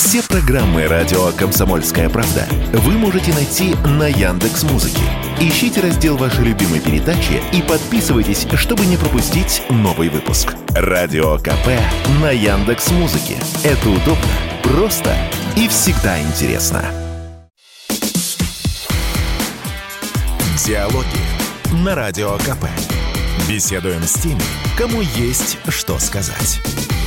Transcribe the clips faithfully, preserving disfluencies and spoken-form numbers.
Все программы радио «Комсомольская правда» вы можете найти на Яндекс.Музыке. Ищите раздел вашей любимой передачи и подписывайтесь, чтобы не пропустить новый выпуск. Радио КП на Яндекс.Музыке. Это удобно, просто и всегда интересно. Диалоги на Радио КП. Беседуем с теми, кому есть что сказать.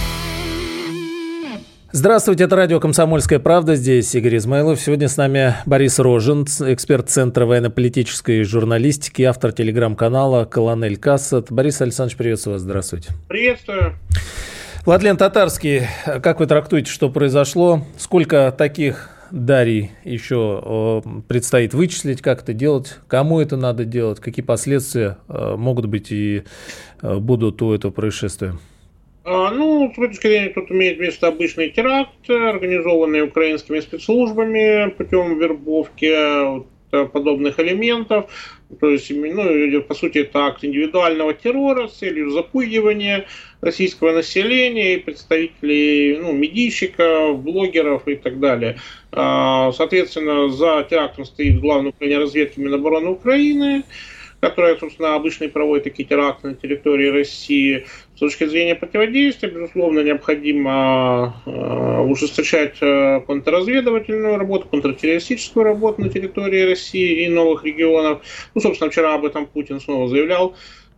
Здравствуйте, это радио «Комсомольская правда». Здесь Игорь Измайлов. Сегодня с нами Борис Рожин, эксперт Центра военно-политической журналистики, автор телеграм-канала «Колонель Кассет». Борис Александрович, приветствую вас. Здравствуйте. Приветствую. Владлен Татарский, как вы трактуете, что произошло? Сколько таких Дарий еще предстоит вычислить, как это делать, кому это надо делать, какие последствия могут быть и будут у этого происшествия? Ну, с точки зрения, тут имеет место обычный теракт, организованный украинскими спецслужбами путем вербовки подобных элементов. То есть, ну, по сути, это акт индивидуального террора с целью запугивания российского населения и представителей, ну, медийщиков, блогеров и так далее. Соответственно, за терактом стоит Главное управление разведки Минобороны Украины, которая, собственно, обычно и проводит такие теракты на территории России. С точки зрения противодействия, безусловно, необходимо э, ужесточать э, контрразведывательную работу, контртеррористическую работу на территории России и новых регионов. Ну, собственно, вчера об этом Путин снова заявлял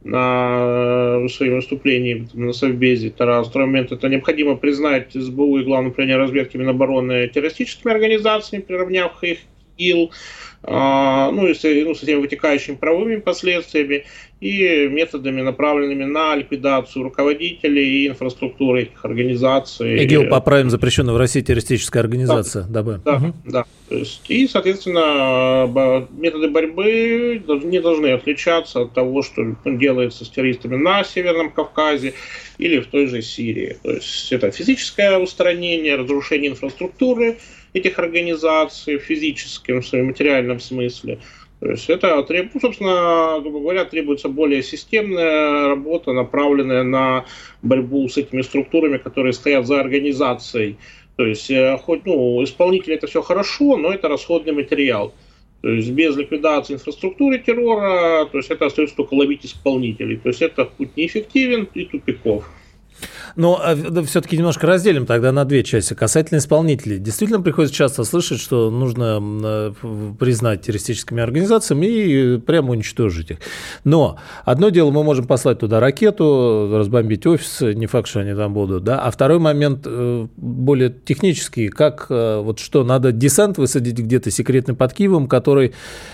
на э, своем выступлении на Совбезе. Тарас. Второй момент – это необходимо признать СБУ и Главное управление разведки Минобороны террористическими организациями, приравняв их к ИГИЛ. Ну и с, ну, с этими вытекающими правовыми последствиями и методами, направленными на ликвидацию руководителей и инфраструктуры этих организаций. ИГИЛ, поправим, запрещенная в России террористическая организация. Да, да, да, угу. да. То есть, и, соответственно, методы борьбы не должны отличаться от того, что делается с террористами на Северном Кавказе или в той же Сирии. То есть это физическое устранение, разрушение инфраструктуры этих организаций в физическом, в своем материальном смысле. То есть это, ну, собственно, грубо говоря, требуется более системная работа, направленная на борьбу с этими структурами, которые стоят за организацией. То есть, хоть, ну, исполнители это все хорошо, но это расходный материал. То есть без ликвидации инфраструктуры террора, то есть это остается только ловить исполнителей. То есть это путь неэффективен и тупиков. Но да, все-таки немножко разделим тогда на две части. Касательно исполнителей. Действительно приходится часто слышать, что нужно признать террористическими организациями и прямо уничтожить их. Но одно дело, мы можем послать туда ракету, разбомбить офис, не факт, что они там будут, да. А второй момент более технический, как вот что, надо десант высадить где-то секретный под Киевом, который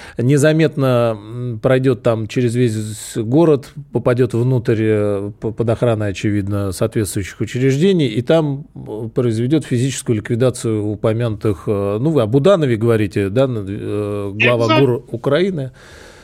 незаметно пройдет там через весь город, попадет внутрь под охраной, очевидно, соответствующих учреждений, и там произведет физическую ликвидацию упомянутых, ну, вы о Буданове говорите, да, глава ГУР Украины.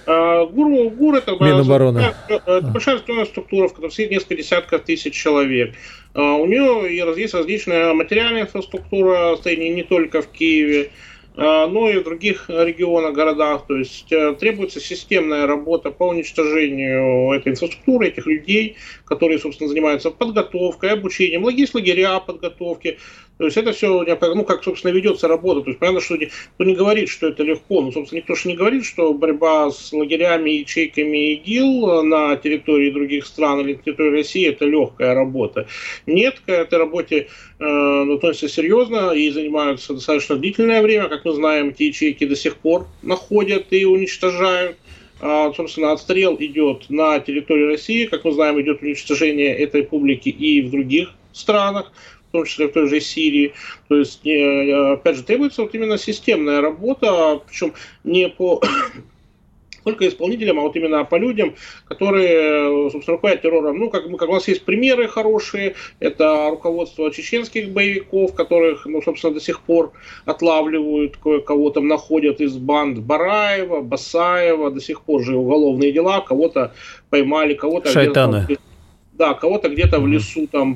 ГУР, ГУР это, Минобороны. Это большая структура, в которой сидит несколько десятков тысяч человек. У нее есть различная материальная инфраструктура, стоит не только в Киеве, но и в других регионах, городах. То есть требуется системная работа по уничтожению этой инфраструктуры, этих людей, которые, собственно, занимаются подготовкой, обучением, есть лагеря подготовки. То есть это все, ну, как, собственно, ведется работа. То есть понятно, что никто не говорит, что это легко. Ну, собственно, никто же не говорит, что борьба с лагерями, ячейками ИГИЛ на территории других стран или на территории России – это легкая работа. Нет, к этой работе э, относятся серьезно и занимаются достаточно длительное время. Как мы знаем, эти ячейки до сих пор находят и уничтожают. А, собственно, отстрел идет на территории России. Как мы знаем, идет уничтожение этой публики и в других странах, в том числе в той же Сирии. То есть, опять же, требуется вот именно системная работа, причем не по только исполнителям, а вот именно по людям, которые, собственно, руководят террором. Ну, как, как у нас есть примеры хорошие, это руководство чеченских боевиков, которых, ну, собственно, до сих пор отлавливают, кого там находят из банд Бараева, Басаева, до сих пор же уголовные дела, кого-то поймали, кого-то... Шайтаны. Да, кого-то где-то в лесу там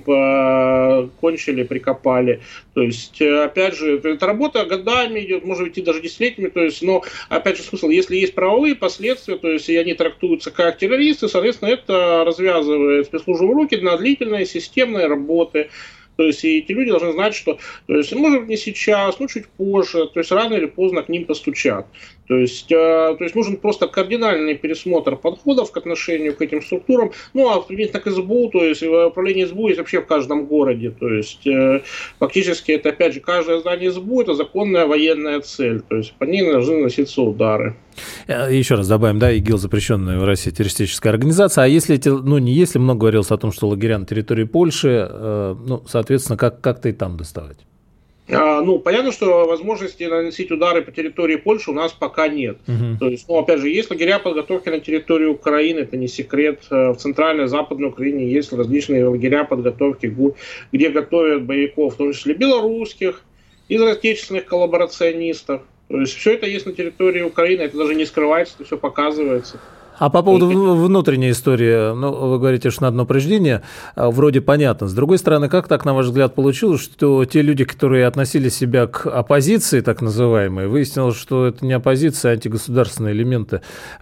кончили, прикопали. То есть, опять же, эта работа годами идет, может идти даже десятилетиями. То есть, но, опять же, смысл, если есть правовые последствия, то есть, и они трактуются как террористы, соответственно, это развязывает спецслужбам руки на длительной системной работы. То есть и эти люди должны знать, что, то есть, может быть, не сейчас, но чуть позже, то есть рано или поздно к ним постучат. То есть, э, то есть нужен просто кардинальный пересмотр подходов к отношению к этим структурам. Ну, а применительно к СБУ, то есть управление СБУ есть вообще в каждом городе. То есть э, фактически это, опять же, каждое здание СБУ – это законная военная цель. То есть по ней должны наноситься удары. Еще раз добавим, да, ИГИЛ запрещенная в России террористическая организация. А если эти, ну не если, много говорилось о том, что лагеря на территории Польши, э, ну, соответственно, как, как-то и там доставать? А, ну, понятно, что возможности наносить удары по территории Польши у нас пока нет. Uh-huh. То есть, ну, опять же, есть лагеря подготовки на территории Украины, это не секрет. В центральной, западной Украине есть различные лагеря подготовки, где готовят боевиков, в том числе белорусских, из отечественных коллаборационистов. То есть все это есть на территории Украины, это даже не скрывается, это все показывается. А по поводу внутренней истории, ну, вы говорите, что на одно упреждение, вроде понятно. С другой стороны, как так, на ваш взгляд, получилось, что те люди, которые относили себя к оппозиции, так называемой, выяснилось, что это не оппозиция, а антигосударственные элементы,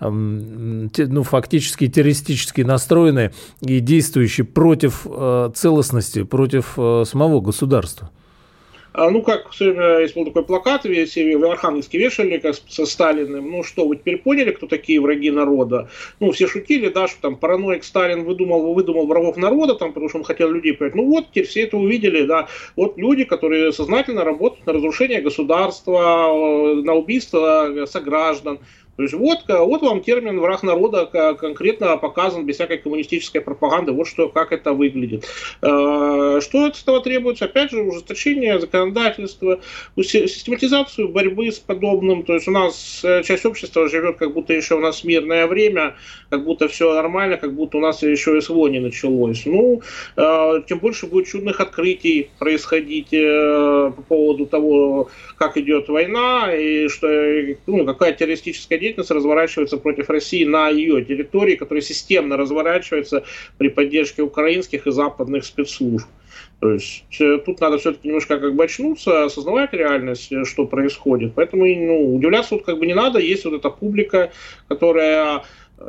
ну, фактически террористически настроенные и действующие против целостности, против самого государства? Ну, как все время есть был такой плакат, все в Архангельске вешали, как со Сталиным. Ну что, вы теперь поняли, кто такие враги народа? Ну, все шутили, да, что там параноик Сталин выдумал, выдумал врагов народа, там, потому что он хотел людей понять. Ну вот, теперь все это увидели, да. Вот люди, которые сознательно работают на разрушение государства, на убийство сограждан. То есть вот, вот вам термин «враг народа» конкретно показан без всякой коммунистической пропаганды. Вот что, как это выглядит. Что от этого требуется? Опять же, ужесточение законодательства, систематизацию борьбы с подобным. То есть у нас часть общества живет, как будто еще у нас мирное время, как будто все нормально, как будто у нас еще СВО не началось. Ну, тем больше будет чудных открытий происходить по поводу того, как идет война и что, ну, какая террористическая деятельность разворачивается против России на ее территории, которая системно разворачивается при поддержке украинских и западных спецслужб. То есть тут надо все-таки немножко как бы очнуться, осознавать реальность, что происходит. Поэтому, ну, удивляться тут как бы не надо. Есть вот эта публика, которая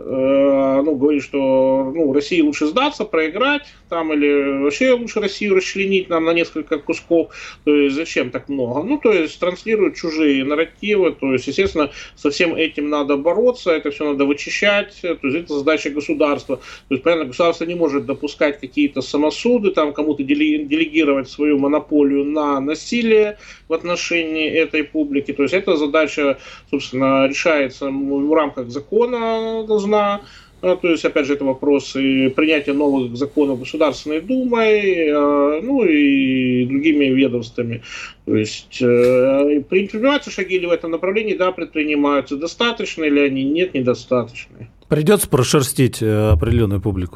ну, говорит, что, ну, России лучше сдаться, проиграть, там, или вообще лучше Россию расчленить нам на несколько кусков, то есть зачем так много? Ну, то есть транслируют чужие нарративы, то есть, естественно, со всем этим надо бороться, это все надо вычищать, то есть это задача государства. То есть, понятно, государство не может допускать какие-то самосуды, там, кому-то делегировать свою монополию на насилие в отношении этой публики, то есть эта задача, собственно, решается в рамках закона, должна, то есть, опять же, это вопрос и принятия новых законов Государственной Думой, ну и другими ведомствами. То есть, предпринимаются шаги ли в этом направлении? Да, предпринимаются. Достаточно ли они? Нет, недостаточно. Придется прошерстить определенную публику?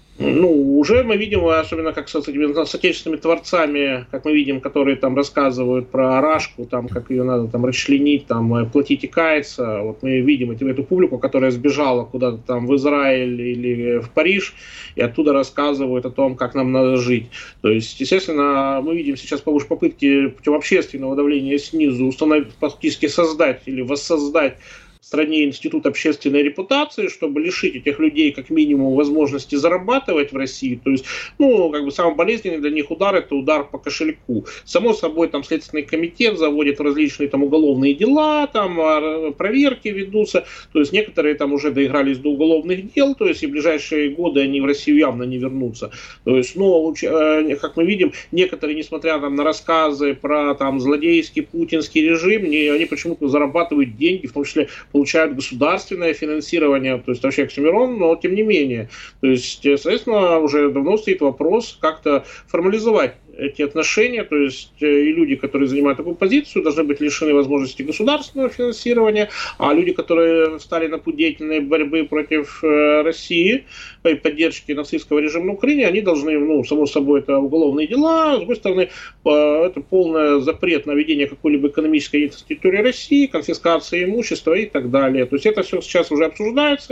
Ну, уже мы видим, особенно как с, этими, с отечественными творцами, как мы видим, которые там рассказывают про Рашку, там, как ее надо там расчленить, там, платить и каяться. Вот мы видим эту, эту публику, которая сбежала куда-то там в Израиль или в Париж, и оттуда рассказывают о том, как нам надо жить. То есть, естественно, мы видим сейчас уж попытки путем общественного давления снизу установить, фактически создать или воссоздать в стране институт общественной репутации, чтобы лишить этих людей как минимум возможности зарабатывать в России. То есть, ну, как бы самый болезненный для них удар – это удар по кошельку. Само собой, там Следственный комитет заводит в различные там уголовные дела, там проверки ведутся. То есть некоторые там уже доигрались до уголовных дел, то есть и в ближайшие годы они в Россию явно не вернутся. То есть, ну, как мы видим, некоторые, несмотря там на рассказы про там злодейский путинский режим, они почему-то зарабатывают деньги, в том числе получают государственное финансирование, то есть вообще оксюмирон, но тем не менее. То есть, соответственно, уже давно стоит вопрос как-то формализовать эти отношения, то есть и люди, которые занимают такую позицию, должны быть лишены возможности государственного финансирования, а люди, которые встали на путь деятельной борьбы против России и поддержки нацистского режима на Украине, они должны, ну, само собой, это уголовные дела, с другой стороны, это полный запрет на ведение какой-либо экономической деятельности на территории России, конфискация имущества и так далее. То есть это все сейчас уже обсуждается.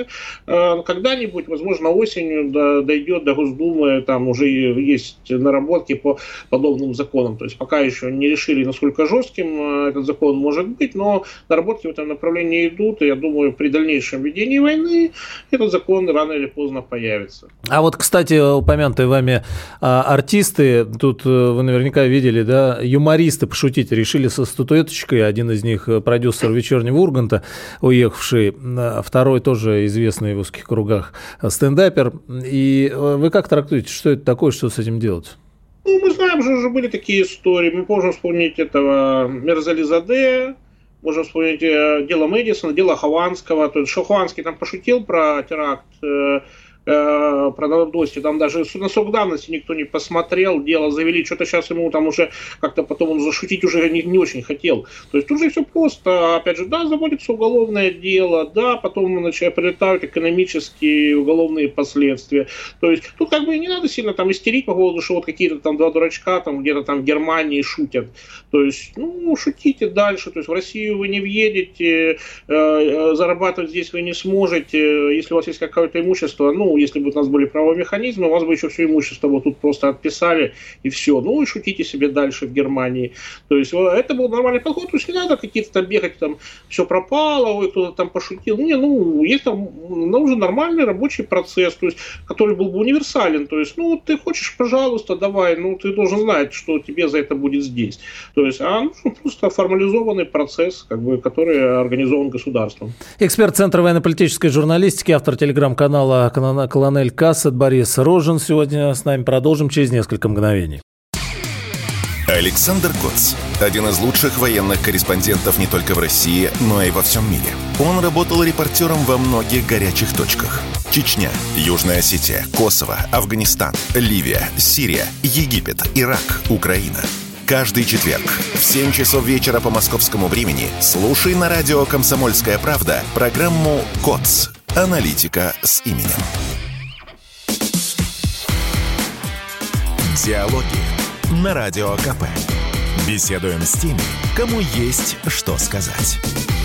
Когда-нибудь, возможно, осенью дойдет до Госдумы, там уже есть наработки по подобным законам. То есть пока еще не решили, насколько жестким этот закон может быть, но наработки в этом направлении идут, и я думаю, при дальнейшем ведении войны этот закон рано или поздно появится. А вот, кстати, упомянутые вами а, артисты, тут вы наверняка видели, да, юмористы пошутить решили со статуэточкой, один из них продюсер «Вечернего Урганта», уехавший, второй тоже известный в узких кругах стендапер. И вы как трактуете, что это такое, что с этим делать? Ну, мы знаем, что уже были такие истории. Мы можем вспомнить этого Мирзализаде, можем вспомнить дело Мэдисона, дело Хованского. То есть, что Хованский там пошутил про теракт, про Новодости, там даже на срок давности никто не посмотрел, дело завели, что-то сейчас ему там уже как-то потом он зашутить уже не, не очень хотел. То есть тут же все просто, опять же, да, заводится уголовное дело, да, потом начинают прилетают экономические уголовные последствия. То есть тут как бы не надо сильно там истерить по поводу, что вот какие-то там два дурачка там где-то там в Германии шутят. То есть, ну, шутите дальше, то есть в Россию вы не въедете, э, зарабатывать здесь вы не сможете, если у вас есть какое-то имущество, ну, если бы у нас были правовые механизмы, у вас бы еще все имущество вот тут просто отписали, и все. Ну, и шутите себе дальше в Германии. То есть, это был нормальный подход. То есть, не надо какие-то там бегать, там, все пропало, ой, кто-то там пошутил. Не, ну, есть там нужен нормальный рабочий процесс, то есть, который был бы универсален. То есть, ну, ты хочешь, пожалуйста, давай, ну, ты должен знать, что тебе за это будет здесь. То есть, а ну, просто формализованный процесс, как бы, который организован государством. Эксперт Центра военно-политической журналистики, автор телеграм-канала «Колонель Кассет» Борис Рожин сегодня с нами. Продолжим через несколько мгновений. Александр Коц – один из лучших военных корреспондентов не только в России, но и во всем мире. Он работал репортером во многих горячих точках. Чечня, Южная Осетия, Косово, Афганистан, Ливия, Сирия, Египет, Ирак, Украина. Каждый четверг в семь часов вечера по московскому времени слушай на радио «Комсомольская правда» программу «Коц. Аналитика с именем». Диалоги на Радио КП. Беседуем с теми, кому есть что сказать.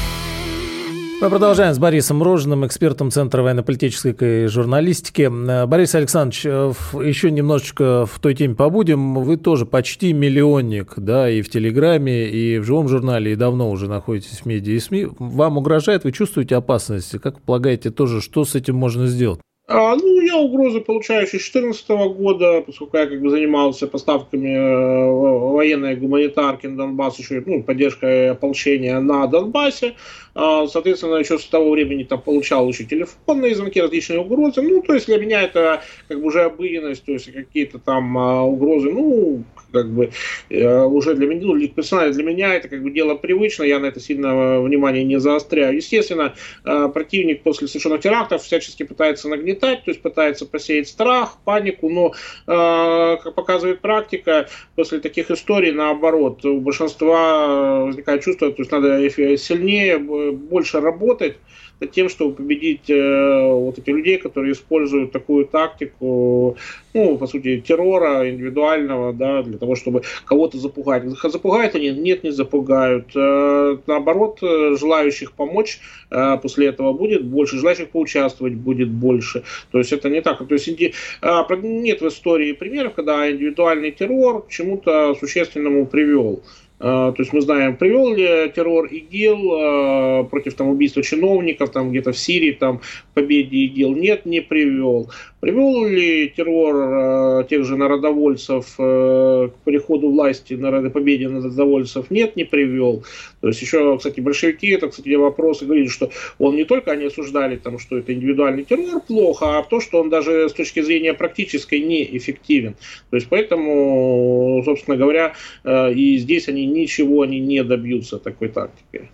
Мы продолжаем с Борисом Рожиным, экспертом Центра военно-политической журналистики. Борис Александрович, еще немножечко в той теме побудем. Вы тоже почти миллионник, да, и в Телеграме, и в живом журнале, и давно уже находитесь в медиа и СМИ. Вам угрожает, вы чувствуете опасность? Как полагаете тоже, что с этим можно сделать? А, ну, я угрозы получаю еще с две тысячи четырнадцатого года, поскольку я как бы занимался поставками э, военной гуманитарки на Донбасс, еще ну, поддержкой ополчения на Донбассе. А, соответственно, еще с того времени там получал еще телефонные звонки, различные угрозы. Ну, то есть для меня это как бы уже обыденность, то есть какие-то там а, угрозы, ну, как бы э, уже для меня, ну, персонально для меня это как бы дело привычное, я на это сильно внимание не заостряю. Естественно, э, противник после совершенных терактов всячески пытается нагнетать, то есть пытается посеять страх, панику, но, э, как показывает практика, после таких историй, наоборот, у большинства возникает чувство, то есть надо сильнее, больше работать над тем, чтобы победить э, вот этих людей, которые используют такую тактику, ну, по сути, террора индивидуального, да, для того, чтобы кого-то запугать. Запугают они? Нет, не запугают. Э, наоборот, желающих помочь э, после этого будет больше, желающих поучаствовать будет больше. То есть это не так. То есть инди... э, нет в истории примеров, когда индивидуальный террор к чему-то существенному привел. То есть мы знаем, привел ли террор ИГИЛ против там, убийства чиновников там, где-то в Сирии, там, к победе ИГИЛ? Нет, не привел. Привел ли террор тех же народовольцев к переходу власти, на победе народовольцев? Нет, не привел. То есть еще, кстати, большевики, это, кстати, вопросы говорили, что он не только они осуждали, там, что это индивидуальный террор плохо, а то, что он даже с точки зрения практической неэффективен. То есть поэтому, собственно говоря, и здесь они ничего они не добьются такой тактикой.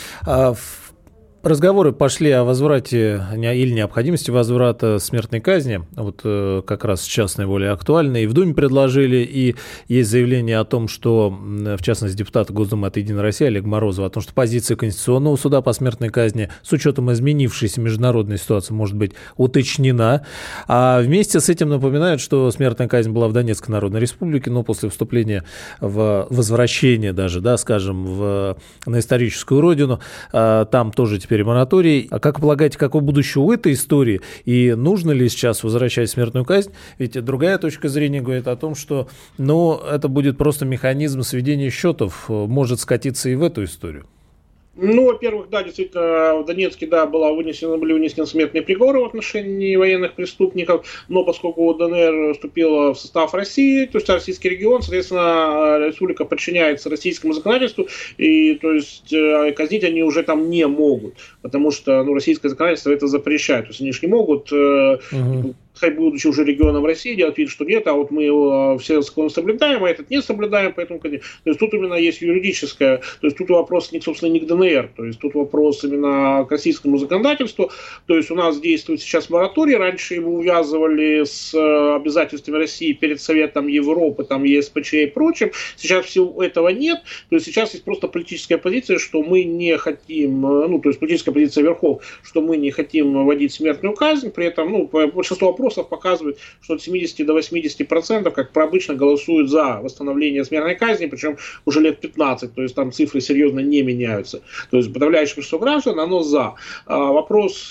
Разговоры пошли о возврате или необходимости возврата смертной казни. Вот как раз сейчас наиболее актуально. И в Думе предложили, и есть заявление о том, что, в частности, депутат Госдумы от «Единой России» Олег Морозов, о том, что позиция Конституционного суда по смертной казни с учетом изменившейся международной ситуации может быть уточнена. А вместе с этим напоминают, что смертная казнь была в Донецкой Народной Республике, но после вступления в возвращение даже, да, скажем, в, на историческую родину, там тоже теперь теперь мораторий. А как полагаете, какое будущее у этой истории? И нужно ли сейчас возвращать смертную казнь? Ведь другая точка зрения говорит о том, что ну, это будет просто механизм сведения счетов, может скатиться и в эту историю. Ну, во-первых, да, действительно, в Донецке, да, была вынесена, были вынесены смертные приговоры в отношении военных преступников, но поскольку ДНР вступила в состав России, то есть российский регион, соответственно, республика подчиняется российскому законодательству, и то есть казнить они уже там не могут, потому что, ну, российское законодательство это запрещает, то есть они же не могут, uh-huh. будучи уже регионом России, делать вид, что нет, а вот мы все законы соблюдаем, а этот не соблюдаем, поэтому, то есть тут именно есть юридическое, то есть тут вопрос, не, собственно, не к ДНР, то есть тут вопрос именно к российскому законодательству, то есть у нас действует сейчас мораторий, раньше его увязывали с обязательствами России перед Советом Европы, там ЕСПЧ и прочим, сейчас всего этого нет, то есть сейчас есть просто политическая позиция, что мы не хотим, ну, то есть политическая позиция верхов, что мы не хотим вводить смертную казнь, при этом, ну, большинство вопросов показывает, что от семидесяти до восьмидесяти процентов, как обычно, голосуют за восстановление смертной казни, причем уже лет пятнадцать, то есть там цифры серьезно не меняются. То есть подавляющее большинство граждан, оно за. А, вопрос...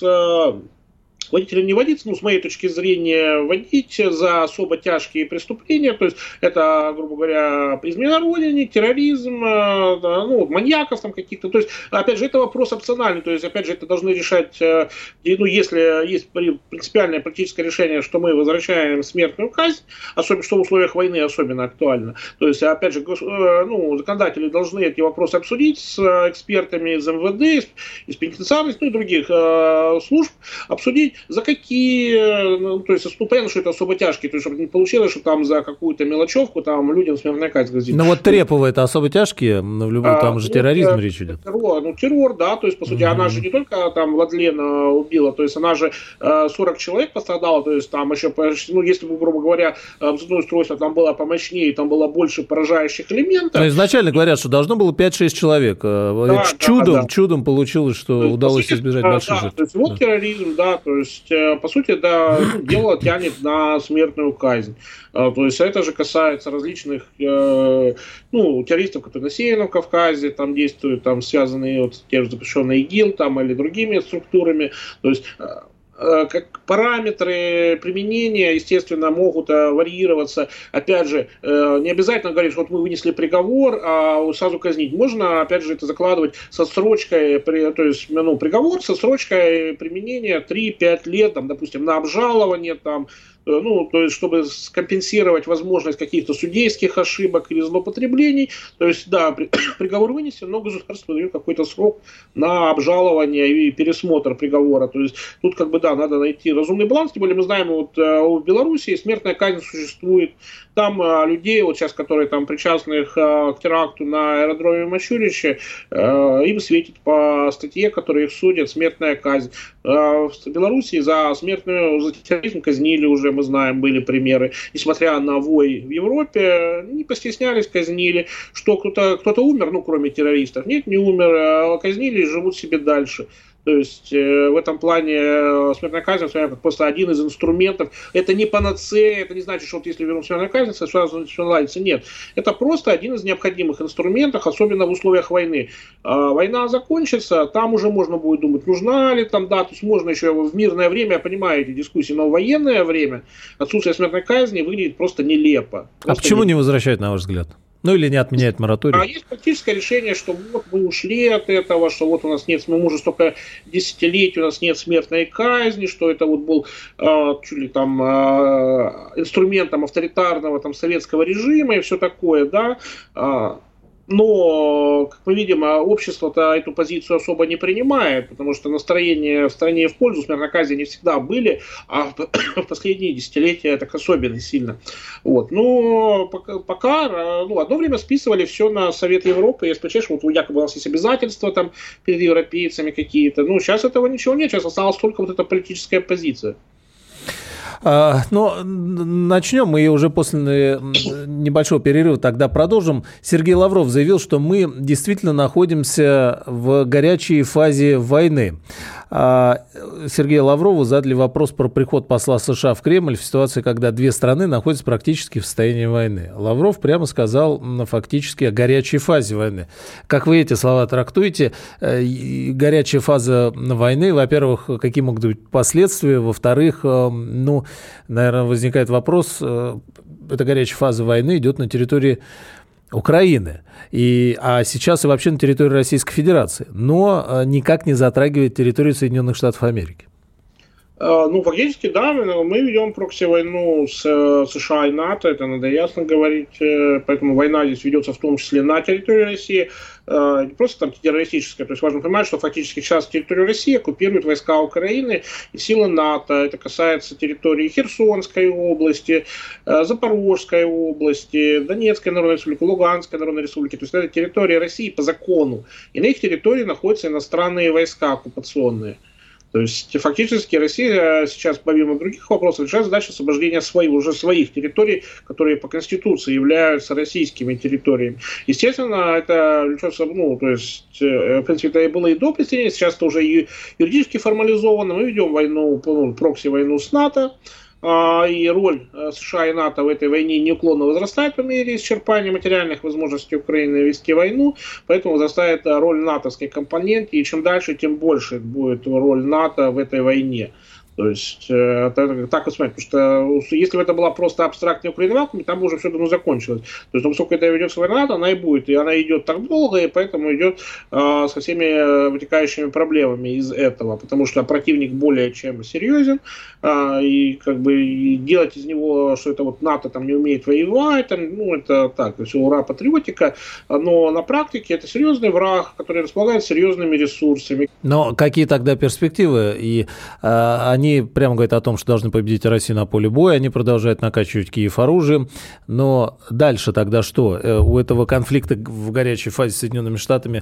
Вводить или не вводить, ну, с моей точки зрения, вводить за особо тяжкие преступления, то есть это, грубо говоря, измена родине, терроризм, да, ну, маньяков там каких-то, то есть, опять же, это вопрос опциональный, то есть, опять же, это должны решать, ну, если есть принципиальное политическое решение, что мы возвращаем смертную казнь, особенно, что в условиях войны особенно актуально, то есть, опять же, ну, законодатели должны эти вопросы обсудить с экспертами из эм вэ дэ, из пенитенциарных, ну, и других служб, обсудить, за какие, ну, то есть, ну, понятно, что это особо тяжкие, то есть, чтобы не получилось, что там за какую-то мелочевку там людям смертная казнь грозит. Ну, вот Трепова это особо тяжкие, в любом, там а, же ну, терроризм это, речь идет. Террор, ну, террор, да, то есть, по сути, mm-hmm. она же не только там Владлена убила, то есть, она же сорок человек пострадала, то есть, там еще, ну, если бы, грубо говоря, взрывное устройство там было помощнее, там было больше поражающих элементов. Но изначально говорят, что должно было пять-шесть человек. Да, чудом, да, да. чудом получилось, что есть, удалось сути, избежать да, больших жертв. То есть, вот да. терроризм, да, то есть, То есть, по сути, да, ну, дело тянет на смертную казнь. То есть, это же касается различных, э, ну, террористов, которые на Северном Кавказе там действуют, там связанные вот с тем же запрещенной ИГИЛ там, или другими структурами. То есть, как параметры применения, естественно, могут варьироваться. Опять же, не обязательно говорить, что вот мы вынесли приговор, а сразу казнить. Можно, опять же, это закладывать со срочкой, то есть, ну, приговор со срочкой применения три-пять лет, там, допустим, на обжалование, там, ну, то есть, чтобы скомпенсировать возможность каких-то судейских ошибок или злоупотреблений. То есть, да, при, приговор вынесен, но государство дает какой-то срок на обжалование и пересмотр приговора. То есть, тут, как бы, да, надо найти разумный баланс. Тем более, мы знаем, вот в Беларуси смертная казнь существует. Там а, людей, вот сейчас, которые там причастны а, к теракту на аэродроме Мачуричи, а, им светит по статье, которая их судят, смертная казнь. А, в Беларуси за смертную, за терроризм казнили уже, мы знаем, были примеры. Несмотря на вой в Европе, не постеснялись, казнили. Что кто-то, кто-то умер, ну, кроме террористов? Нет, не умер, а казнили и живут себе дальше. То есть э, в этом плане э, смертная казнь как просто один из инструментов. Это не панацея, это не значит, что вот если вернуть смертную казнь, сразу все наладится. Нет, это просто один из необходимых инструментов, особенно в условиях войны. Э, война закончится, там уже можно будет думать, нужна ли там, да, то есть можно еще в мирное время, я понимаю эти дискуссии, но в военное время отсутствие смертной казни выглядит просто нелепо. Просто а почему нелепо. Не возвращать, на ваш взгляд? Ну или не отменяет мораторий? А есть практическое решение, что вот мы ушли от этого, что вот у нас нет, мы уже столько десятилетий, у нас нет смертной казни, что это вот был э, чуть ли там э, инструментом авторитарного там советского режима и все такое, да. Э, Но, как мы видим, общество-то эту позицию особо не принимает, потому что настроения в стране в пользу смертной казни не всегда были, а в последние десятилетия так особенно сильно. Вот. Но пока, пока ну, одно время списывали все на Совет Европы, и СПЧ, что вот якобы у нас есть обязательства там, перед европейцами какие-то. Ну, сейчас этого ничего нет, сейчас осталась только вот эта политическая позиция. Но начнем мы уже после небольшого перерыва, тогда продолжим. Сергей Лавров заявил, что мы действительно находимся в горячей фазе войны. Сергею Лаврову задали вопрос про приход посла США в Кремль в ситуации, когда две страны находятся практически в состоянии войны. Лавров прямо сказал фактически о горячей фазе войны. Как вы эти слова трактуете? Горячая фаза войны, во-первых, какие могут быть последствия? Во-вторых, ну, наверное, возникает вопрос, эта горячая фаза войны идет на территории Украины, и, а сейчас и вообще на территории Российской Федерации, но никак не затрагивает территорию Соединенных Штатов Америки. Ну, фактически, да, мы ведем прокси-войну с США и НАТО, это надо ясно говорить, поэтому война здесь ведется в том числе на территории России, не просто там террористическая, то есть важно понимать, что фактически сейчас территорию России оккупируют войска Украины и силы НАТО, это касается территории Херсонской области, Запорожской области, Донецкой Народной Республики, Луганской Народной Республики, то есть это территория России по закону, и на их территории находятся иностранные войска оккупационные. То есть фактически Россия сейчас, помимо других вопросов, решает задачу освобождения своих, уже своих территорий, которые по Конституции являются российскими территориями. Естественно, это ну, то есть, в принципе, это и было и до присоединения, сейчас это уже юридически формализовано. Мы ведем войну, ну, прокси-войну с НАТО. И роль США и НАТО в этой войне неуклонно возрастает по мере исчерпания материальных возможностей Украины вести войну, поэтому возрастает роль натовской компоненты, и чем дальше, тем больше будет роль НАТО в этой войне. То есть, это, так вот смотреть, потому что если бы это была просто абстрактная Украина в вакууме, там бы уже все давно закончилось. То есть, поскольку это ведется война, она и будет, и она идет так долго, и поэтому идет э, со всеми вытекающими проблемами из этого, потому что противник более чем серьезен, э, и как бы и делать из него, что это вот НАТО там не умеет воевать, там, ну это так, то есть ура, патриотика, но на практике это серьезный враг, который располагает серьезными ресурсами. Но какие тогда перспективы? И э, они Они прямо говорят о том, что должны победить Россию на поле боя, они продолжают накачивать Киев оружием, но дальше тогда что? У этого конфликта в горячей фазе с Соединенными Штатами,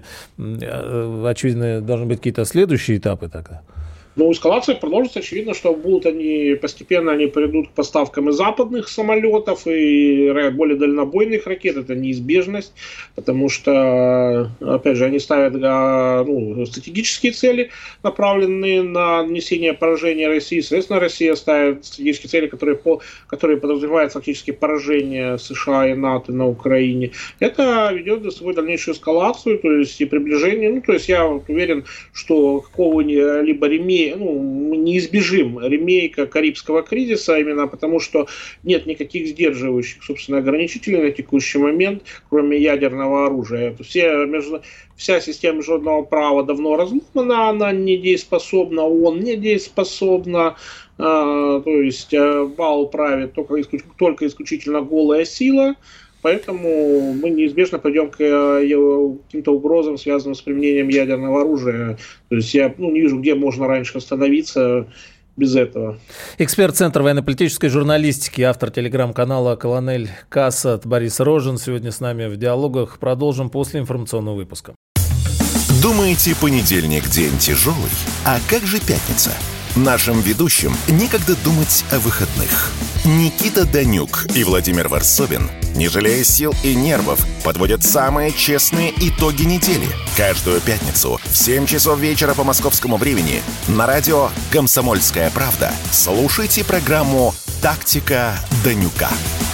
очевидно, должны быть какие-то следующие этапы тогда? Но эскалация продолжится. Очевидно, что будут они постепенно они придут к поставкам и западных самолетов, и более дальнобойных ракет. Это неизбежность, потому что, опять же, они ставят ну, стратегические цели, направленные на нанесение поражения России. Соответственно, Россия ставит стратегические цели, которые, по, которые подразумевают фактически поражение США и НАТО на Украине. Это ведет за собой дальнейшую эскалацию, то есть и приближение. Ну, то есть я уверен, что какого-либо ремейка, ну, неизбежим ремейка Карибского кризиса, именно потому что нет никаких сдерживающих, собственно, ограничителей на текущий момент, кроме ядерного оружия. Все, между, вся система международного права давно разломана, она недееспособна, ООН недееспособна, а, то есть бал правит только, только исключительно голая сила. Поэтому мы неизбежно пойдем к каким-то угрозам, связанным с применением ядерного оружия. То есть я ну, не вижу, где можно раньше остановиться без этого. Эксперт Центра военно-политической журналистики, автор телеграм-канала «Колонель Кассат» Борис Рожин сегодня с нами в диалогах. Продолжим после информационного выпуска. Думаете, понедельник день тяжелый? А как же пятница? Нашим ведущим некогда думать о выходных. Никита Данюк и Владимир Варсобин, не жалея сил и нервов, подводят самые честные итоги недели. Каждую пятницу в семь часов вечера по московскому времени на радио «Комсомольская правда» слушайте программу «Тактика Данюка».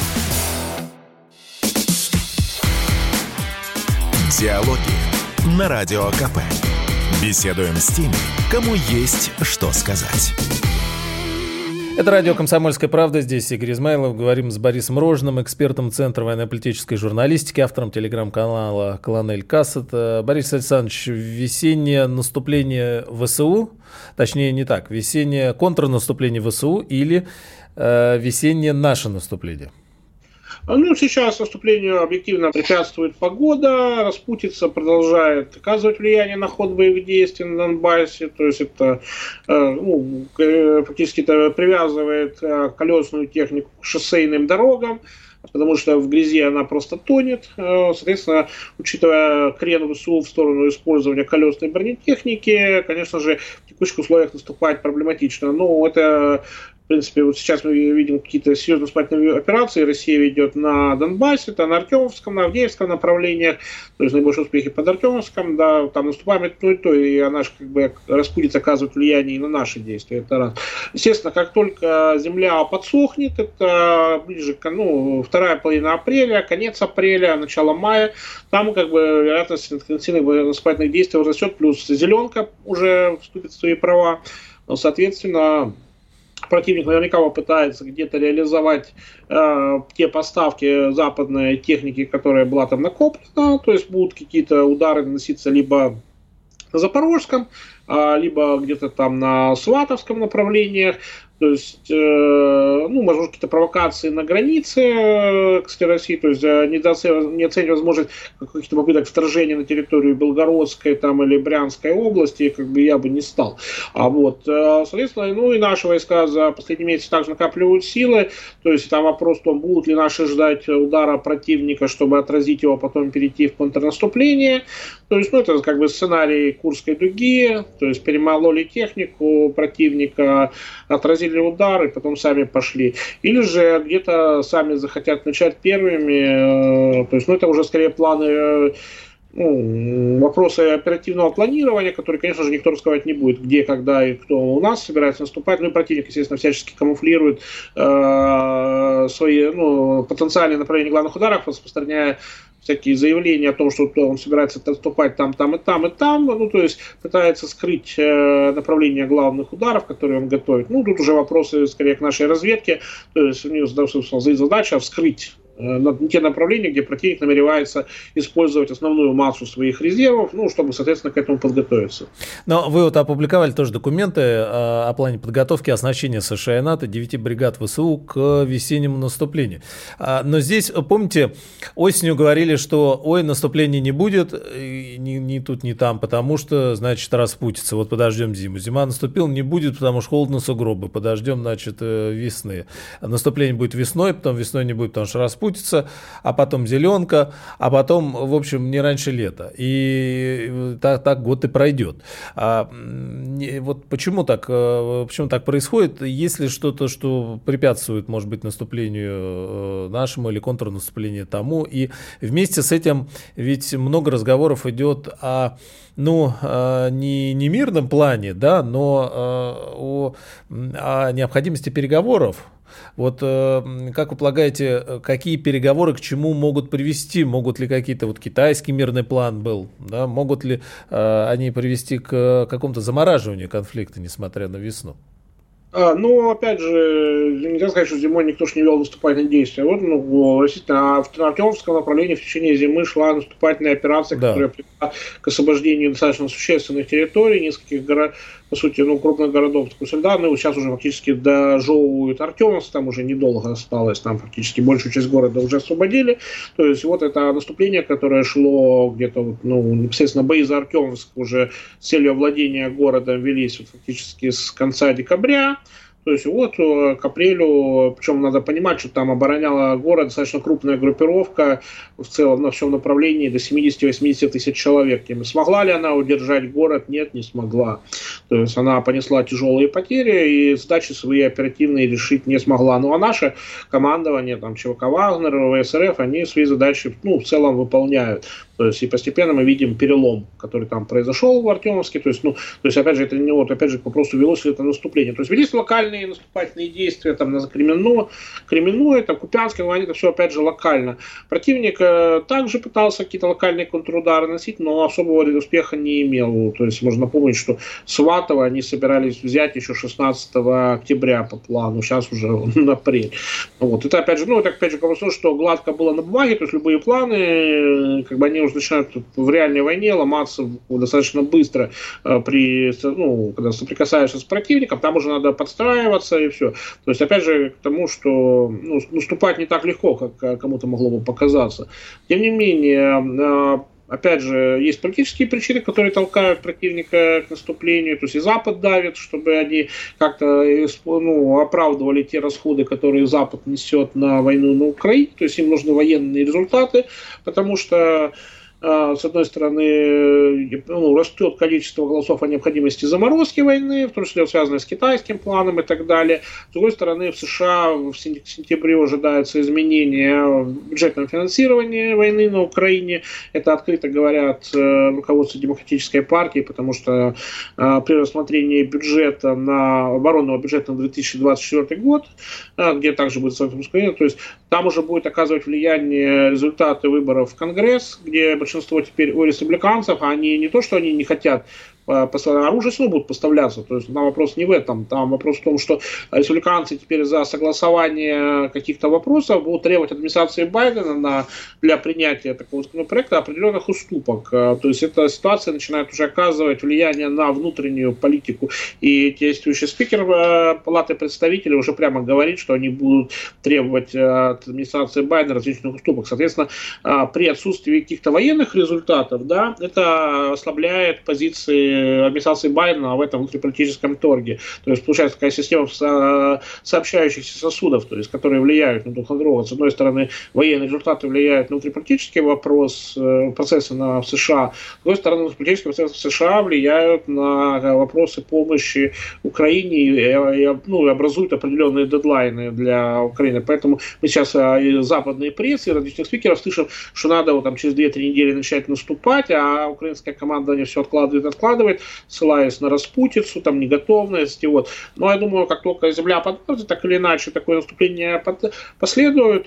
Диалоги на Радио КП. Беседуем с теми, кому есть что сказать. Это радио «Комсомольская правда». Здесь Игорь Измайлов. Говорим с Борисом Рожиным, экспертом Центра военно-политической журналистики, автором телеграм-канала «Колонель Кассат». Борис Александрович, весеннее наступление ВСУ, точнее не так, весеннее контрнаступление ВСУ или э, весеннее наше наступление? Ну, сейчас наступлению объективно препятствует погода, распутица продолжает оказывать влияние на ход боевых действий на Донбассе, то есть это ну, фактически это привязывает колесную технику к шоссейным дорогам, потому что в грязи она просто тонет. Соответственно, учитывая крен ВСУ в сторону использования колесной бронетехники, конечно же, в текущих условиях наступать проблематично. Но это В принципе, вот сейчас мы видим какие-то серьезные наступательные операции. Россия ведет на Донбассе, это на Артемовском, на Авдеевском направлениях, то есть наибольшие успехи под Артемовском, да, там наступаем это то и то, и она же как бы распутится, оказывает влияние и на наши действия, это раз. Естественно, как только земля подсохнет, это ближе к, ну, вторая половина апреля, конец апреля, начало мая, там как бы вероятность интенсивных наступательных действий возрастет, плюс зеленка уже вступит в свои права, но, соответственно, противник наверняка попытается где-то реализовать э, те поставки западной техники, которая была там накоплена, то есть будут какие-то удары наноситься либо на Запорожском, э, либо где-то там на Сватовском направлениях. То есть, э, ну, возможно, какие-то провокации на границе, э, кстати, России, то есть э, не оценивать возможность каких-то попыток вторжения на территорию Белгородской там, или Брянской области, как бы я бы не стал. А вот, э, соответственно, ну и наши войска за последний месяц также накапливают силы, то есть там вопрос в том, будут ли наши ждать удара противника, чтобы отразить его, потом перейти в контрнаступление. То есть, ну, это как бы сценарий Курской дуги, то есть перемололи технику противника, отразили удары, потом сами пошли. Или же где-то сами захотят начать первыми. То есть, ну, это уже скорее планы, ну, вопросы оперативного планирования, которые, конечно же, никто рассказывать не будет, где, когда и кто у нас собирается наступать. Ну и противник, естественно, всячески камуфлирует э, свои, ну, потенциальные направления главных ударов, распространяя всякие заявления о том, что он собирается наступать там, там и там, и там, ну, то есть пытается скрыть э, направление главных ударов, которые он готовит. Ну, тут уже вопросы, скорее, к нашей разведке, то есть у них, собственно, задача вскрыть те направления, где противник намеревается использовать основную массу своих резервов, ну, чтобы, соответственно, к этому подготовиться. Но вы вот опубликовали тоже документы о, о плане подготовки оснащения США и НАТО девяти бригад ВСУ к весеннему наступлению. Но здесь, помните, осенью говорили, что ой, наступления не будет, ни, ни тут, ни там, потому что, значит, распутится. Вот подождем зиму. Зима наступила, не будет, потому что холодно, сугробы. Подождем, значит, весны. Наступление будет весной, потом весной не будет, потому что распутится. А потом зеленка, а потом, в общем, не раньше лета. И так, так год и пройдет. А, вот почему так, почему так происходит? Есть ли что-то, что препятствует, может быть, наступлению нашему или контрнаступлению тому? И вместе с этим ведь много разговоров идет о, ну, не, не мирном плане, да, но о, о необходимости переговоров. Вот как вы полагаете, какие переговоры к чему могут привести? Могут ли какие-то, вот китайский мирный план был, да, могут ли э, они привести к какому-то замораживанию конфликта, несмотря на весну? А, ну, опять же, нельзя сказать, что зимой никто ж не вел наступательные действия. Вот, ну, действительно, в Артемовском направлении в течение зимы шла наступательная операция, да, которая привела к освобождению достаточно существенных территорий, нескольких городов, по сути, ну, крупных городов Солидарные, сейчас уже фактически дожевывают Артемовск, там уже недолго осталось, там фактически большую часть города уже освободили. То есть вот это наступление, которое шло где-то, вот, ну, непосредственно бои за Артемовск уже с целью овладения городом велись вот, фактически с конца декабря. То есть вот к апрелю, причем надо понимать, что там обороняла город достаточно крупная группировка в целом на всем направлении до семьдесят-восемьдесят тысяч человек. Смогла ли она удержать город? Нет, не смогла. То есть она понесла тяжелые потери и задачи свои оперативные решить не смогла. Ну а наше командование, там ЧВК Вагнер, ВСРФ, они свои задачи, ну, в целом выполняют. То есть и постепенно мы видим перелом, который там произошел в Артемовске. То есть, ну, то есть опять же, это не вот, опять же, вопросу велось ли это наступление. То есть велись локальные наступательные действия там на Кременное, Кременное, там Купянское, это все опять же локально. Противник э, также пытался какие-то локальные контрудары носить, но особого успеха не имел. То есть можно напомнить, что Сватово они собирались взять еще шестнадцатого октября по плану, сейчас уже апрель. Вот. Это опять же, ну, это опять же просто, что гладко было на бумаге, то есть любые планы, как бы они уже начинают в реальной войне ломаться достаточно быстро, при, ну, когда соприкасаешься с противником, там уже надо подстраиваться и все. То есть, опять же, к тому, что, ну, наступать не так легко, как кому-то могло бы показаться. Тем не менее, опять же, есть политические причины, которые толкают противника к наступлению. То есть и Запад давит, чтобы они как-то, ну, оправдывали те расходы, которые Запад несет на войну на Украине. То есть им нужны военные результаты, потому что С одной стороны, ну, растет количество голосов о необходимости заморозки войны, в том числе связанное с китайским планом и так далее. С другой стороны, в США в сентябре ожидаются изменения в бюджетном финансировании войны на Украине. Это открыто говорят руководство Демократической партии, потому что при рассмотрении бюджета на оборонного бюджета на две тысячи двадцать четвёртый год, где также будет Украина, то есть там уже будет оказывать влияние результаты выборов в Конгресс, где большинство теперь у республиканцев, они не то, что они не хотят оружие снова будут поставляться. То есть там вопрос не в этом. Там вопрос в том, что республиканцы теперь за согласование каких-то вопросов будут требовать администрации Байдена на, для принятия такого законопроекта определенных уступок. То есть эта ситуация начинает уже оказывать влияние на внутреннюю политику. И действующий спикер Палаты представителей уже прямо говорит, что они будут требовать от администрации Байдена различных уступок. Соответственно, при отсутствии каких-то военных результатов, да, это ослабляет позиции администрации Байдена в этом внутриполитическом торге. То есть получается такая система сообщающихся сосудов, то есть, которые влияют на друг на друга. С одной стороны, военные результаты влияют на внутриполитический вопрос, процессы на в США. С другой стороны, внутриполитические процессы в США влияют на вопросы помощи Украине и, и ну, образуют определенные дедлайны для Украины. Поэтому мы сейчас из западной прессы, различных спикеров слышим, что надо вот, там, через две-три недели начать наступать, а украинская команда не все откладывает, откладывает, ссылаясь на распутицу, там, неготовность. И вот. Но я думаю, как только земля подпадет, так или иначе такое наступление последует,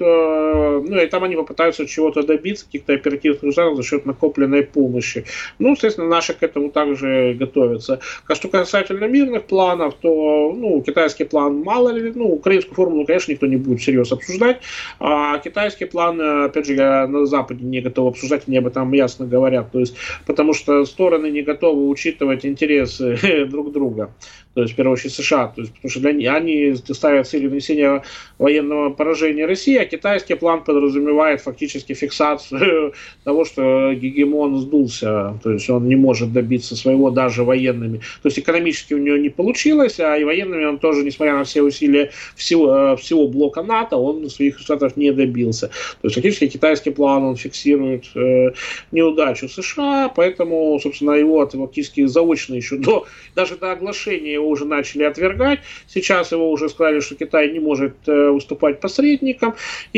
ну и там они попытаются чего-то добиться, каких-то оперативных результатов за счет накопленной помощи. Ну, естественно, наши к этому также готовятся. А что касательно мирных планов, то, ну, китайский план мало ли, ну, украинскую формулу, конечно, никто не будет всерьез обсуждать, а китайский план, опять же, на Западе не готовы обсуждать, они об этом ясно говорят, то есть, потому что стороны не готовы учитывать интересы друг друга, то есть в первую очередь США, то есть, потому что для них, они ставят целью нанесения военного поражения России, а китайский план подразумевает фактически фиксацию того, что гегемон сдулся, то есть он не может добиться своего даже военными, то есть экономически у него не получилось, а и военными он тоже, несмотря на все усилия всего, всего блока НАТО, он своих результатов не добился. То есть фактически китайский план, он фиксирует э, неудачу США, поэтому, собственно, его фактически заочно еще до, даже до оглашения его уже начали отвергать. Сейчас его уже сказали, что Китай не может э, выступать посредником.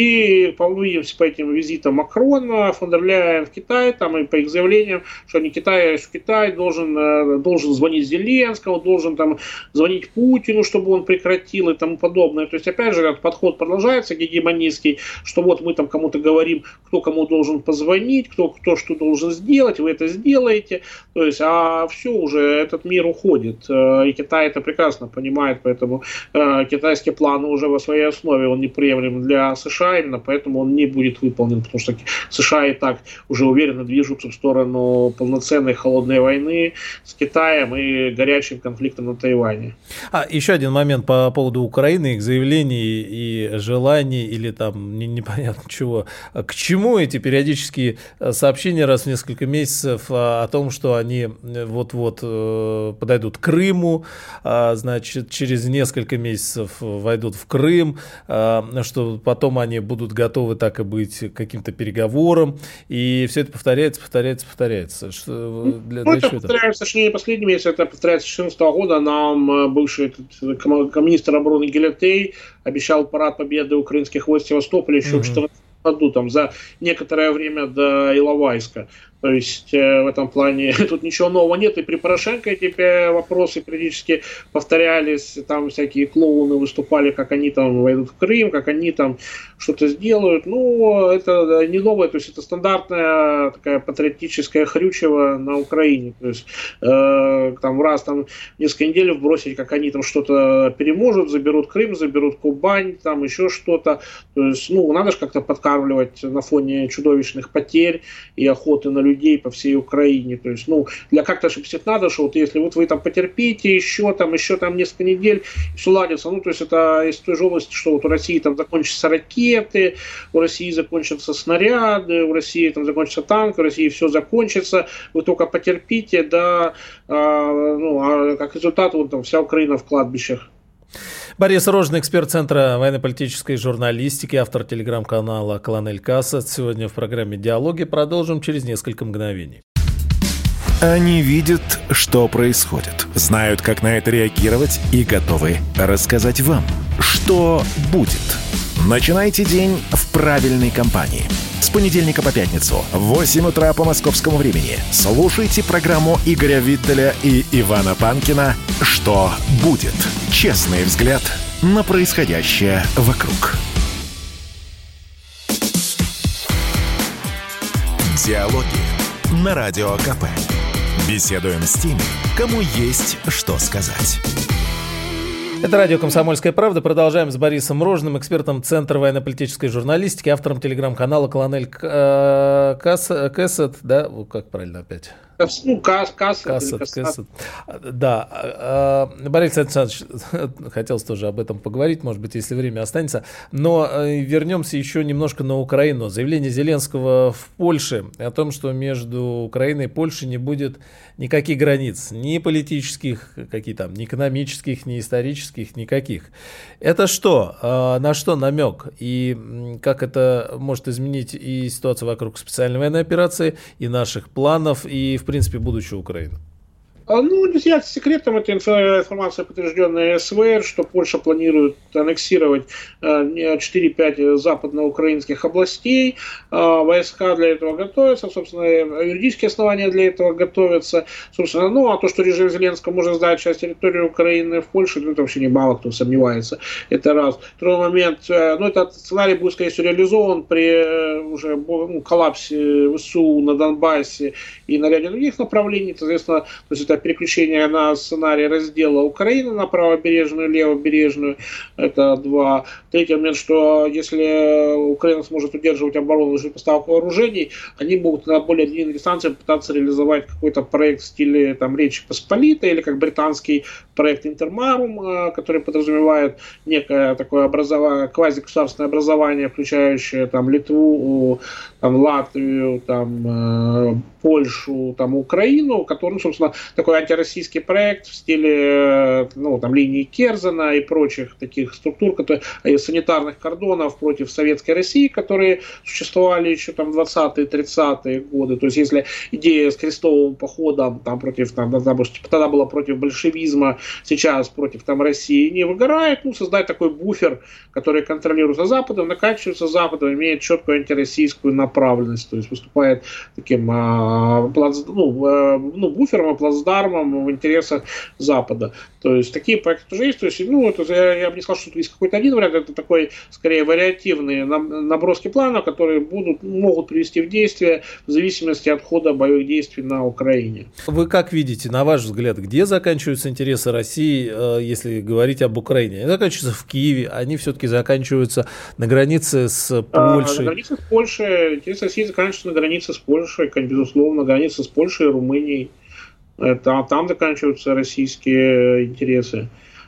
И по, по этим визитам Макрона, фон дер Ляйен в Китай, там, и по их заявлениям, что не Китай, а что Китай должен, э, должен звонить Зеленскому, должен там, звонить Путину, чтобы он прекратил и тому подобное. То есть, опять же, этот подход продолжается гегемонистский, что вот мы там кому-то говорим, кто кому должен позвонить, кто, кто что должен сделать, вы это сделаете. То есть, а все уже, этот мир уходит. И Китай это прекрасно понимает, поэтому э, китайский план уже во своей основе, он неприемлем для США, именно поэтому он не будет выполнен, потому что США и так уже уверенно движутся в сторону полноценной холодной войны с Китаем и горячим конфликтом на Тайване. А, еще один момент по поводу Украины, их заявлений и желаний, или там не, непонятно чего. К чему эти периодические сообщения раз в несколько месяцев о том, что они вот-вот подойдут к Крыму, значит, через несколько месяцев войдут в Крым, что потом они будут готовы так и быть к каким-то переговорам, и все это повторяется, повторяется, повторяется. Что, для, ну, для это чего повторяется, что не последний месяц, это повторяется с две тысячи четырнадцатого года. Нам бывший этот, министр обороны Гелетей обещал парад победы украинских войск в Севастополе еще mm-hmm. в две тысячи четырнадцатом году, там, за некоторое время до Иловайска. То есть э, в этом плане тут ничего нового нет. И при Порошенко эти вопросы периодически повторялись. Там всякие клоуны выступали, как они там войдут в Крым, как они там что-то сделают. Ну, это не новое. То есть это стандартная такая патриотическая хрючева на Украине. То есть э, там раз там несколько недель вбросить, как они там что-то переможут, заберут Крым, заберут Кубань, там еще что-то. То есть, ну, надо же как-то подкармливать на фоне чудовищных потерь и охоты на людей людей по всей Украине. То есть, ну, для как-то шепсить надо, что вот если вот вы там потерпите еще там, еще там несколько недель, все ладится. Ну, то есть это из той же области, что вот у России там закончатся ракеты, у России закончатся снаряды, у России там закончатся танки, у России все закончится, вы только потерпите, да, а, ну, а как результат вот там вся Украина в кладбищах. Борис Рожный, эксперт Центра военно-политической журналистики, автор телеграм-канала «Колонель Кассет». Сегодня в программе «Диалоги». Продолжим через несколько мгновений. Они видят, что происходит, знают, как на это реагировать и готовы рассказать вам, что будет. Начинайте день в правильной компании. С понедельника по пятницу в восемь утра по московскому времени слушайте программу Игоря Виттеля и Ивана Панкина «Что будет?». Честный взгляд на происходящее вокруг. Диалоги на Радио КП. Беседуем с теми, кому есть что сказать. Это радио «Комсомольская правда». Продолжаем с Борисом Рожным, экспертом Центра военно-политической журналистики, автором телеграм-канала «Колонель Кассет». Да, как правильно опять? Ну, кас, кассет, кассет, кассет. Да. Борис Александрович, хотелось тоже об этом поговорить, может быть, если время останется. Но вернемся еще немножко на Украину. Заявление Зеленского в Польше о том, что между Украиной и Польшей не будет никаких границ, ни политических, какие там, ни экономических, ни исторических, никаких. Это что? На что намек? И как это может изменить и ситуацию вокруг специальной военной операции, и наших планов, и в принципе, будущего Украины? Ну, не является секретом, это информация, подтвержденная СВР, что Польша планирует аннексировать четыре-пять западноукраинских областей. Войска для этого готовятся, собственно, юридические основания для этого готовятся. Собственно, ну, а то, что режим Зеленского может сдать часть территории Украины в Польшу, ну, это вообще не мало кто сомневается. Это раз. Второй момент, ну, этот сценарий будет, скорее всего, реализован при уже ну, коллапсе ВСУ на Донбассе и на ряде других направлений. Соответственно, то есть это переключение на сценарий раздела Украины на правобережную и левобережную. Это два. Третий момент, что если Украина сможет удерживать оборону за поставку вооружений, они могут на более длинной дистанции пытаться реализовать какой-то проект в стиле там, Речи Посполитой или как британский проект Интермарум, который подразумевает некое такое образование, квазигосударственное образование, включающее там, Литву, там, Латвию, там, Польшу, там, Украину, который, собственно, такой антироссийский проект в стиле ну, там, линии Керзена и прочих таких структур, которые, санитарных кордонов против советской России, которые существовали еще там в двадцатые-тридцатые годы. То есть, если идея с крестовым походом там, против, там, тогда была против большевизма, сейчас против там, России не выгорает, ну, создать такой буфер, который контролируется Западом, накачивается Западом, имеет четкую антироссийскую направленность, то есть выступает таким а, плац, ну, ну, буфером, плацдармом в интересах Запада. То есть такие проекты тоже есть. То есть, ну, это, я, я бы не сказал, что есть какой-то один вариант, это такой, скорее, вариативные наброски плана, которые будут, могут привести в действие в зависимости от хода боевых действий на Украине. Вы как видите, на ваш взгляд, где заканчиваются интересы России, если говорить об Украине? Они заканчиваются в Киеве, они все-таки заканчиваются на границе с Польшей. А, на границе с Польшей, интересы России заканчиваются на границе с Польшей, безусловно, на границе с Польшей и Румынией. Там, там заканчиваются российские интересы.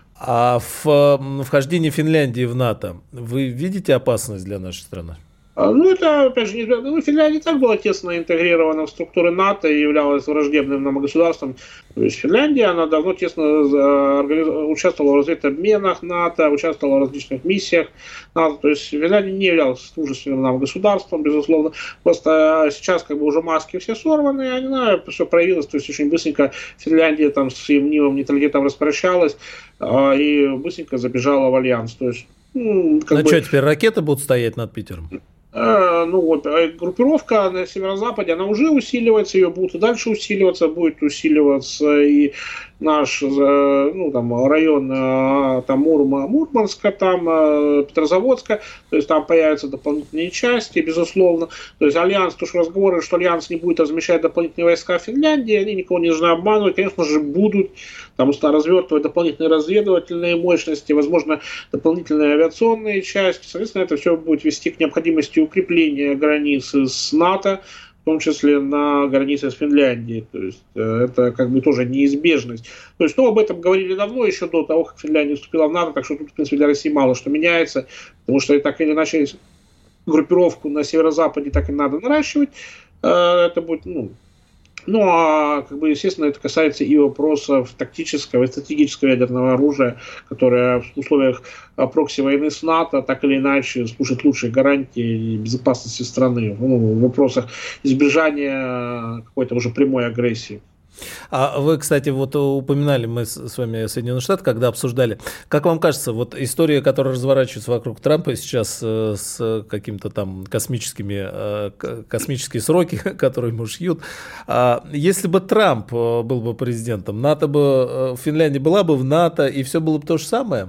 А в вхождении Финляндии в НАТО вы видите опасность для нашей страны? Ну, это, опять же, не, ну, Финляндия и так была тесно интегрирована в структуры НАТО и являлась враждебным нам государством. То есть Финляндия, она давно тесно участвовала в разведобменах НАТО, участвовала в различных миссиях НАТО. То есть Финляндия не являлась дружественным нам государством, безусловно. Просто сейчас как бы уже маски все сорваны, и она все проявилась. То есть очень быстренько Финляндия там с своим мнимым нейтралитетом распрощалась и быстренько забежала в альянс. То есть, ну, как ну бы... что, теперь ракеты будут стоять над Питером? Ну вот, группировка на северо-западе, она уже усиливается, ее будут и дальше усиливаться, будет усиливаться и наш ну, там, район там, Мурма, Мурманска, там, Петрозаводска, то есть там появятся дополнительные части, безусловно. То есть Альянс, то, что разговоры, что Альянс не будет размещать дополнительные войска в Финляндии, они никого не должны обманывать, конечно же, будут там развертывать дополнительные разведывательные мощности, возможно, дополнительные авиационные части. Соответственно, это все будет вести к необходимости укрепления границы с НАТО, в том числе на границе с Финляндией. То есть это как бы тоже неизбежность. То есть, ну, об этом говорили давно, еще до того, как Финляндия вступила в НАТО, так что тут, в принципе, для России мало что меняется, потому что так или иначе группировку на северо-западе так и надо наращивать. Это будет, ну, Ну, а, как бы, естественно, это касается и вопросов тактического и стратегического ядерного оружия, которое в условиях прокси-войны с НАТО так или иначе служит лучшей гарантией безопасности страны, ну, в вопросах избежания какой-то уже прямой агрессии. А вы, кстати, вот упоминали мы с вами Соединенные Штаты, когда обсуждали. Как вам кажется, вот история, которая разворачивается вокруг Трампа сейчас с какими-то там космическими, космические сроки, которые ему шьют, если бы Трамп был бы президентом, НАТО бы, Финляндия была бы в НАТО, и все было бы то же самое?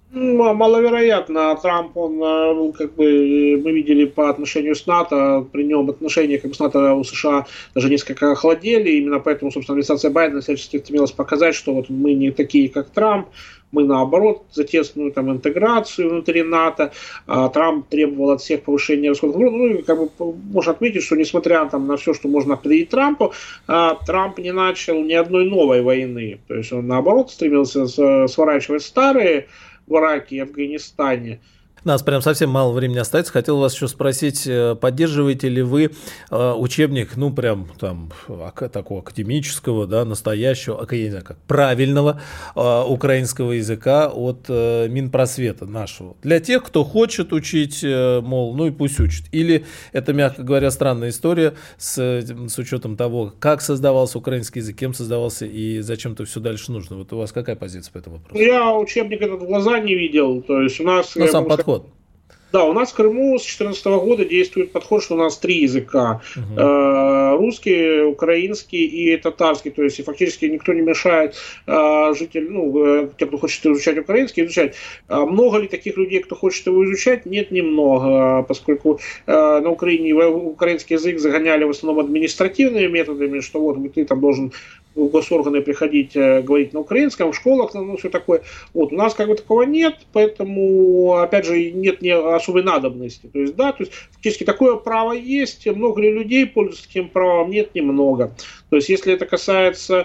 Маловероятно. Трамп, он, как бы, мы видели по отношению с НАТО, при нем отношения как бы, с НАТО у США даже несколько охладели, именно поэтому, собственно, администрация Байдена всячески стремилась показать, что вот мы не такие, как Трамп, мы, наоборот, за тесную там, интеграцию внутри НАТО. А Трамп требовал от всех повышения расходов. Ну, и как бы можно отметить, что несмотря там, на все, что можно предъявить Трампу, Трамп не начал ни одной новой войны. То есть он, наоборот, стремился сворачивать старые в Ираке и Афганистане. У нас прям совсем мало времени остается. Хотел вас еще спросить, поддерживаете ли вы учебник, ну, прям там такого академического, да, настоящего, я не знаю, как правильного украинского языка от Минпросвета нашего? Для тех, кто хочет учить, мол, ну и пусть учит. Или это, мягко говоря, странная история с, с учетом того, как создавался украинский язык, кем создавался и зачем-то все дальше нужно. Вот у вас какая позиция по этому вопросу? Я учебник этот в глаза не видел. То есть у нас... Но сам подход. Да, у нас в Крыму с две тысячи четырнадцатого года действует подход, что у нас три языка. Uh-huh. Э, русский, украинский и татарский. То есть и фактически никто не мешает э, жителям, ну, тем, кто хочет изучать украинский, изучать. А много ли таких людей, кто хочет его изучать? Нет, немного. Поскольку э, на Украине украинский язык загоняли в основном административными методами, что вот ты там должен в госорганы приходить, э, говорить на украинском, в школах, ну, все такое. Вот, у нас как бы такого нет, поэтому, опять же, нет ни особой надобности. То есть, да, то есть, фактически такое право есть, много ли людей пользуются таким правом? Нет, немного. То есть, если это касается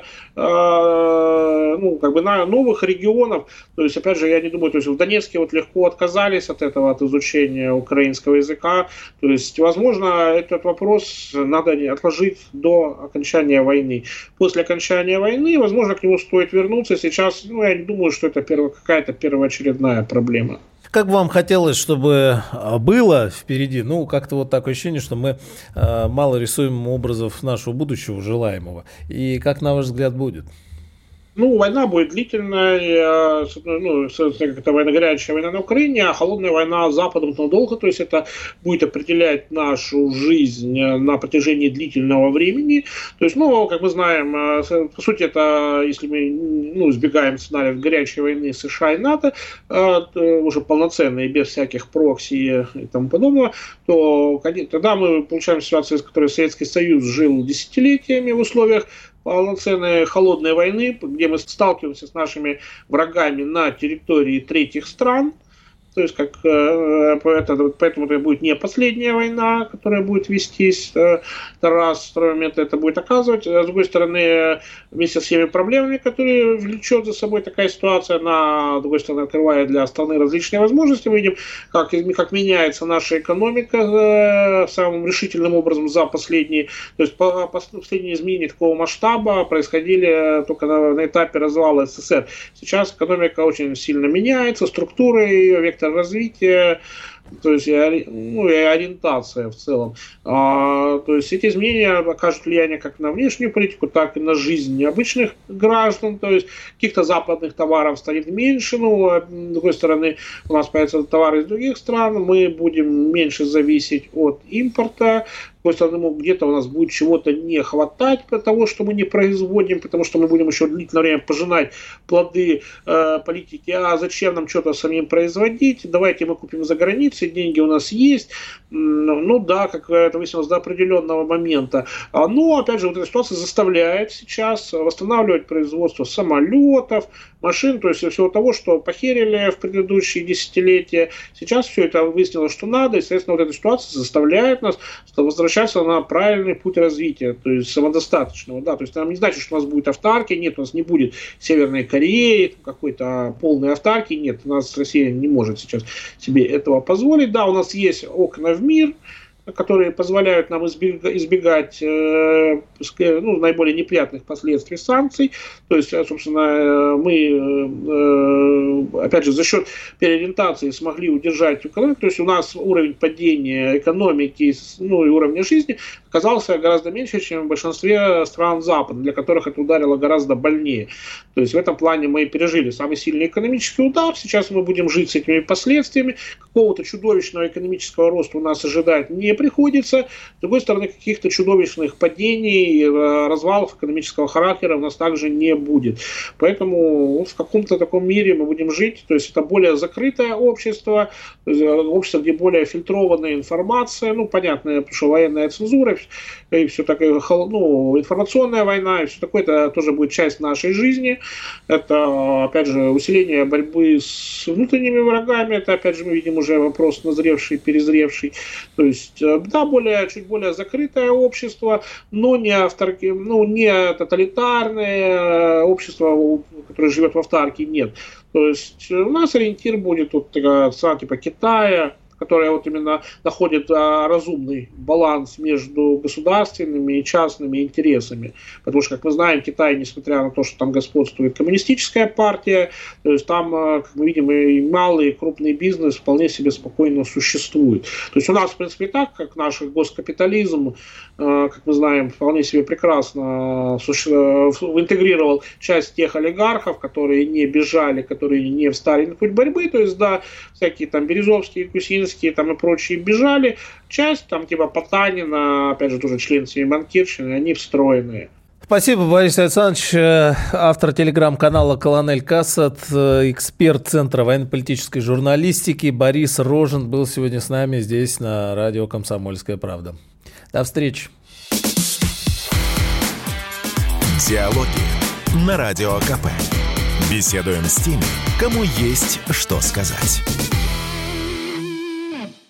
э, ну, как бы на новых регионов, то есть, опять же, я не думаю, то есть в Донецке вот легко отказались от этого, от изучения украинского языка. То есть, возможно, этот вопрос надо отложить до окончания войны. После окончания войны, возможно, к нему стоит вернуться. Сейчас, ну, я не думаю, что это перво, какая-то первоочередная проблема. Как бы вам хотелось, чтобы было впереди? Ну, как-то вот такое ощущение, что мы э, мало рисуем образов нашего будущего желаемого. И как, на ваш взгляд, будет? Ну, война будет длительная, ну, это война, горячая война на Украине, а холодная война с Западом надолго, то есть это будет определять нашу жизнь на протяжении длительного времени. То есть, ну, как мы знаем, по сути, это, если мы, ну, избегаем сценариев горячей войны США и НАТО, уже полноценной, без всяких прокси и тому подобного, то тогда мы получаем ситуацию, с которой Советский Союз жил десятилетиями в условиях полноценной холодной войны, где мы сталкиваемся с нашими врагами на территории третьих стран. То есть, как, э, это, поэтому это будет не последняя война, которая будет вестись. Э, это раз. Второй момент, это будет оказывать. А с другой стороны, вместе с всеми проблемами, которые влечет за собой такая ситуация, она, с другой стороны, открывает для страны различные возможности. Мы видим, как, как меняется наша экономика э, самым решительным образом за последние. То есть, по, последние изменения такого масштаба происходили только на, на этапе развала СССР. Сейчас экономика очень сильно меняется, структура ее, вектор развития, то есть ну, и ориентация в целом. А, то есть эти изменения окажут влияние как на внешнюю политику, так и на жизнь обычных граждан. То есть каких-то западных товаров станет меньше, ну, а с другой стороны у нас появятся товары из других стран, мы будем меньше зависеть от импорта. С другой стороны, где-то у нас будет чего-то не хватать для того, что мы не производим, потому что мы будем еще длительное время пожинать плоды э, политики. А зачем нам что-то самим производить? Давайте мы купим за границей, деньги у нас есть. Ну да, как это выяснилось до определенного момента. Но, опять же, вот эта ситуация заставляет сейчас восстанавливать производство самолетов, машин, то есть всего того, что похерили в предыдущие десятилетия. Сейчас все это выяснилось, что надо, и, соответственно, вот эта ситуация заставляет нас возвращаться на правильный путь развития, то есть самодостаточного. Да, то есть это не значит, что у нас будет автаркия, нет, у нас не будет Северной Кореи, какой-то полной автаркии, нет, у нас Россия не может сейчас себе этого позволить. Да, у нас есть окна в мир, которые позволяют нам избегать ну, наиболее неприятных последствий санкций. То есть, собственно, мы, опять же, за счет переориентации смогли удержать экономику. То есть у нас уровень падения экономики, ну, и уровня жизни оказался гораздо меньше, чем в большинстве стран Запада, для которых это ударило гораздо больнее. То есть в этом плане мы пережили самый сильный экономический удар. Сейчас мы будем жить с этими последствиями. Какого-то чудовищного экономического роста у нас ожидать не приходится. С другой стороны, каких-то чудовищных падений, развалов экономического характера у нас также не будет. Поэтому в каком-то таком мире мы будем жить. То есть это более закрытое общество, общество, где более фильтрованная информация. Ну, понятно, потому что военная цензура и все такое, ну, информационная война и все такое, это тоже будет часть нашей жизни. Это, опять же, усиление борьбы с внутренними врагами. Это, опять же, мы видим уже вопрос назревший, перезревший. То есть, да, более, чуть более закрытое общество, но не, авторки, ну, не тоталитарное общество, которое живет в автарке, нет. То есть у нас ориентир будет вот страна типа Китая, которая вот именно находит а, разумный баланс между государственными и частными интересами. Потому что, как мы знаем, Китай, несмотря на то, что там господствует коммунистическая партия, то есть там, как мы видим, и малый, и крупный бизнес вполне себе спокойно существует. То есть у нас, в принципе, так, как наш госкапитализм, а, как мы знаем, вполне себе прекрасно интегрировал часть тех олигархов, которые не бежали, которые не встали на путь борьбы, то есть, да, всякие там Березовские, Кусинские, там и прочие бежали, часть там типа Потанина, опять же тоже член семьи Банкирщины, они встроенные. Спасибо, Борис Александрович, автор телеграм-канала «Колонель Кассат», эксперт Центра военно-политической журналистики Борис Рожин был сегодня с нами здесь на радио «Комсомольская правда». До встречи. Диалоги на Радио КП. Беседуем с теми, кому есть что сказать.